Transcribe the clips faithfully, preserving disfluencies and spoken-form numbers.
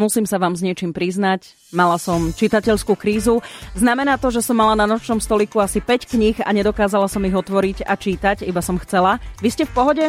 Musím sa vám s niečím priznať. Mala som čitateľskú krízu. Znamená to, že som mala na nočnom stoliku asi päť kníh a nedokázala som ich otvoriť a čítať, iba som chcela. Vy ste v pohode?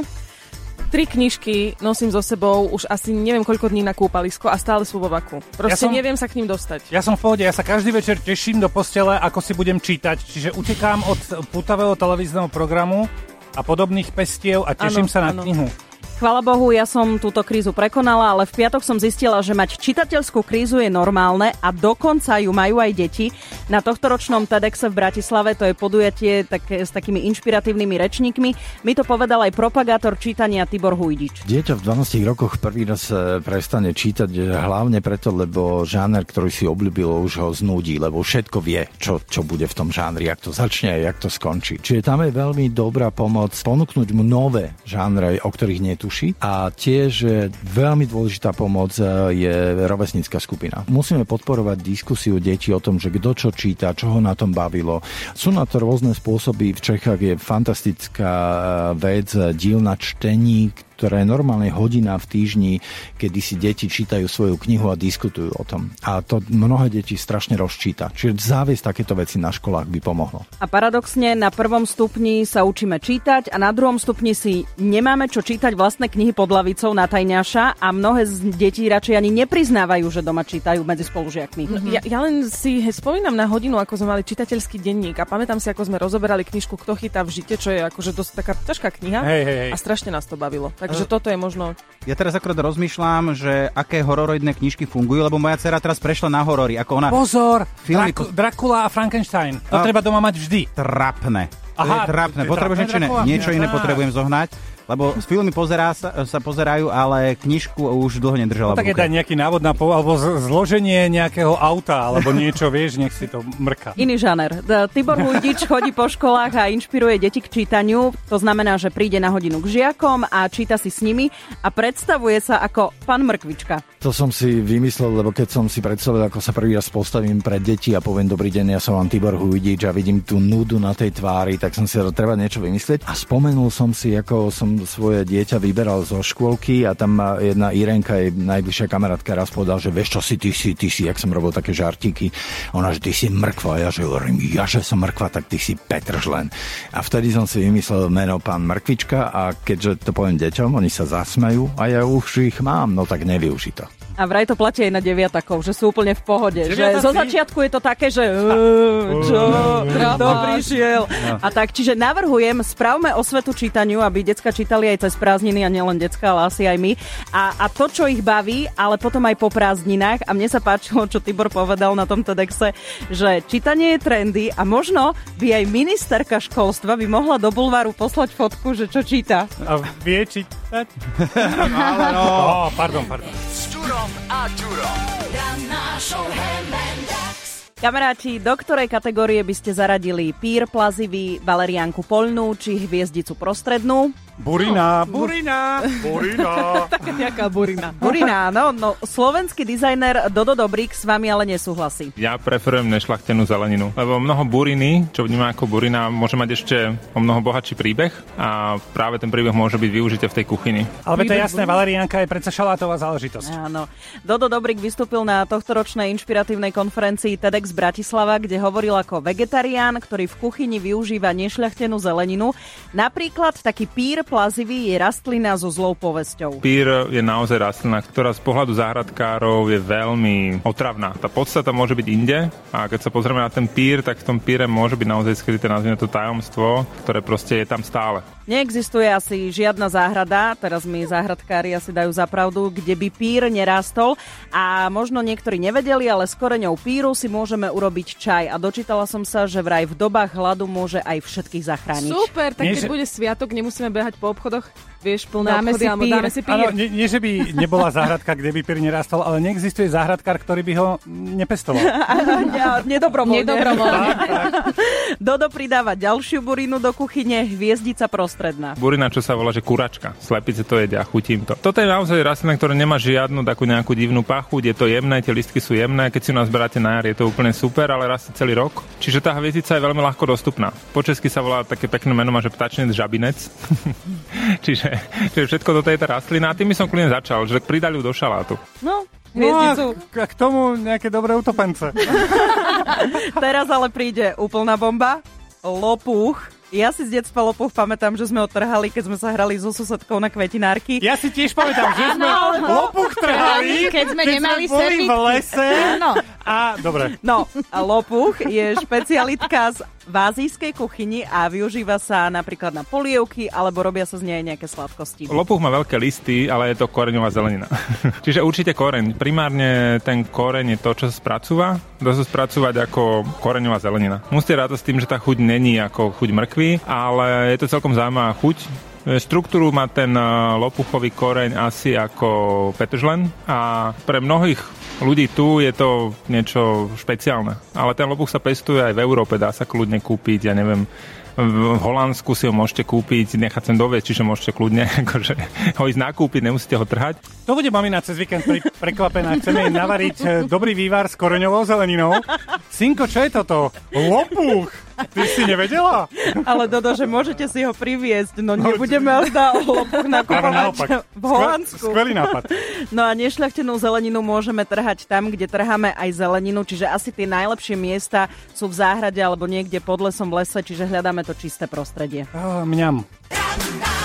Tri knižky nosím so sebou už asi neviem koľko dní na kúpalisko a stále sú vo vaku. Proste ja som, neviem sa k ním dostať. Ja som v pohode, ja sa každý večer teším do postele, ako si budem čítať. Čiže utekám od pútavého televízneho programu a podobných pestiev a teším ano, sa na ano. knihu. Chvala Bohu, ja som túto krízu prekonala, ale v piatok som zistila, že mať čitateľskú krízu je normálne a dokonca ju majú aj deti. Na tohtoročnom TEDxe v Bratislave, to je podujatie také, s takými inšpiratívnymi rečníkmi, mi to povedal aj propagátor čítania Tibor Hujdič. Dieťa v dvanástich rokoch prvý raz prestane čítať hlavne preto, lebo žáner, ktorý si obľúbil, už ho znúdi, lebo všetko vie, čo, čo bude v tom žánri, jak to začne a jak to skončí. Čiže tam je veľmi dobrá pomoc ponúknuť mu nové žánre, o ktorých nie tuší. A tiež veľmi dôležitá pomoc je rovesnícka skupina. Musíme podporovať diskusiu detí o tom, že kto čo číta, čo ho na tom bavilo. Sú na to rôzne spôsoby. V Čechách je fantastická vec dielna čtení, ktorá je normálne hodina v týždni, kedy si deti čítajú svoju knihu a diskutujú o tom. A to mnohé deti strašne rozčíta. Čiže záviesť takéto veci na školách by pomohlo. A paradoxne na prvom stupni sa učíme čítať a na druhom stupni si nemáme čo čítať vlastné knihy pod lavicou na tajňaša a mnohé z detí radšej ani nepriznávajú, že doma čítajú medzi spolužiakmi. Mm-hmm. Ja, ja len si he, spomínam na hodinu, ako sme mali čitateľský denník a pamätám si, ako sme rozoberali knižku Kto chytá v žite, čo je akože dosť taká ťažká kniha. Hej, hej, hej. A strašne nás to bavilo. Takže toto je možno... Ja teraz akorát rozmýšľam, že aké hororoidné knižky fungujú, lebo moja dcera teraz prešla na horory. Ako ona... Pozor! Filmy... Draku, Dracula a Frankenstein. To a... treba doma mať vždy. Trapné. To Aha, je trapné. Potrebuješ niečo iné. Niečo iné potrebujem zohnať. Lebo z filmy pozerá sa, sa pozerajú, ale knižku už dlho nedržala. No tak je dať nejaký návod na po, alebo zloženie nejakého auta, alebo niečo, vieš, nech si to mrká. Iný žáner. Tibor Hujdič chodí po školách a inšpiruje deti k čítaniu. To znamená, že príde na hodinu k žiakom a číta si s nimi a predstavuje sa ako pán Mrkvička. To som si vymyslel, lebo keď som si predstavil, ako sa prvý raz postavím pred deti a poviem dobrý deň, ja som vám Tibor Hujdič a vidím tú nudu na tej tvári, tak som si treba niečo vymyslieť. A spomenul som si, ako som svoje dieťa vyberal zo škôlky a tam jedna Irenka, jej najbližšia kamarátka, raz povedal, že vieš čo si, ty si, ty si, jak som robil také žartíky. Ona, že ty si mrkva. Ja, že hovorím, ja, že som mrkva, tak ty si Petržlen. A vtedy som si vymyslel meno pán Mrkvička a keďže to poviem deťom, oni sa zasmejú a ja už ich mám, no tak nevyuži to. A vraj to platí aj na deviatakov, že sú úplne v pohode. Že zo začiatku je to také, že čo, kto prišiel. A tak, čiže navrhujem, spravme osvetu čítaniu, aby decka čítali aj cez prázdniny a nielen decka, ale asi aj my. A, a to, čo ich baví, ale potom aj po prázdninách. A mne sa páčilo, čo Tibor povedal na tom TEDxe, že čítanie je trendy a možno by aj ministerka školstva by mohla do bulváru poslať fotku, že čo číta. A vie čítať? Ale no. Oh, pardon, pardon. A Ďuro. Ranná show Hemendax. Kamaráti, do ktorej kategórie by ste zaradili pír plazivý, valeriánku poľnú či hviezdicu prostrednú? Burina, burina, burina. Taká nejaká burina. Burina, no, no, slovenský dizajner Dodo Dobrík s vami ale nesúhlasí. Ja preferujem nešľachtenú zeleninu, lebo mnoho buriny, čo vnímam ako burina, môže mať ešte o mnoho bohatší príbeh a práve ten príbeh môže byť využité v tej kuchyni. Ale to je jasné, valeriánka je predsa šalátová záležitosť. Áno. Dodo Dobrík vystúpil na tohtoročnej inšpiratívnej konferencii TEDx Bratislava, kde hovoril ako vegetarián, ktorý v kuchyni využíva nešľachtenú zeleninu. Napríklad taký pír plazivý je rastlina so zlou povesťou. Pír je naozaj rastlina, ktorá z pohľadu záhradkárov je veľmi otravná. Tá podstata môže byť inde a keď sa pozrieme na ten pír, tak v tom píre môže byť naozaj skryté, nazvime to tajomstvo, ktoré proste je tam stále. Neexistuje asi žiadna záhrada, teraz mi záhradkári asi dajú za pravdu, kde by pír nerástol a možno niektorí nevedeli, ale s koreňou píru si môžeme urobiť čaj a dočítala som sa, že vraj v dobách hladu môže aj všetkých zachrániť. Super, tak keď nie, bude sviatok, nemusíme behať po obchodoch, vieš, plné dáme obchody, si pír. dáme si pír. Áno, nie, nie, že by nebola záhradka, kde by pír nerastol, ale neexistuje záhradkár, ktorý by ho nepestoval. Nedobrovoľne. Nedobrovoľne. Dodo pridáva ďalšiu burinu do kuchyne, hviezdica prostredná. Burina, čo sa volá, že kuračka. Slepice to jedia, chutím to. Toto je naozaj rastlina, ktorá nemá žiadnu takú nejakú divnú pachuť, je to jemné, tie listky sú jemné, keď si u nás beráte na jar, je to úplne super, ale rastie celý rok. Čiže tá hviezdica je veľmi ľahko dostupná. Po česky sa volá také pekné meno, má, že ptačnec žabinec. čiže, čiže všetko toto je tá rastlina a tým by som kľudne začal, že pridali ju do šalátu. No, hviezdicu. No a k tomu nejaké dobré utopence. Teraz ale príde úplná bomba. Lopuch. Ja si z detstva lopuch pamätám, že sme ho trhali, keď sme sa hrali so susedkou na kvetinárky. Ja si tiež pamätám, že sme lopuch trhali, keď sme nemali keď sme boli v lese. No. A, dobre. No, a lopuch je špecialitka z v azijskej kuchyni a využíva sa napríklad na polievky, alebo robia sa z nej nejaké sladkosti. Lopuch má veľké listy, ale je to koreňová zelenina. Čiže určite koreň. Primárne ten koreň je to, čo sa spracúva. Dá sa spracúvať ako koreňová zelenina. Musíte rátať s tým, že tá chuť není ako chuť mrkvy, ale je to celkom zaujímavá chuť. Štruktúru má ten lopuchový koreň asi ako petržlen a pre mnohých ľudí tu je to niečo špeciálne. Ale ten lopuch sa pestuje aj v Európe, dá sa kľudne kúpiť, ja neviem, v Holandsku si ho môžete kúpiť, nechať sem doviesť, čiže môžete kľudne akože, ho ísť nakúpiť, nemusíte ho trhať. To bude mamina cez víkend pri, prekvapená. Chceme jej navariť dobrý vývar s koreňovou zeleninou. Synko, čo je toto? Lopuch! Ty si nevedela? Ale Dodo, že môžete si ho priviesť, no nebudeme ale lopuch nakupovať v Holandsku. Skvelý nápad. No a nešľachtenú zeleninu môžeme trhať tam, kde trháme aj zeleninu, čiže asi tie najlepšie miesta sú v záhrade alebo niekde pod lesom v lese, čiže hľadáme to čisté prostredie. Oh, mňam.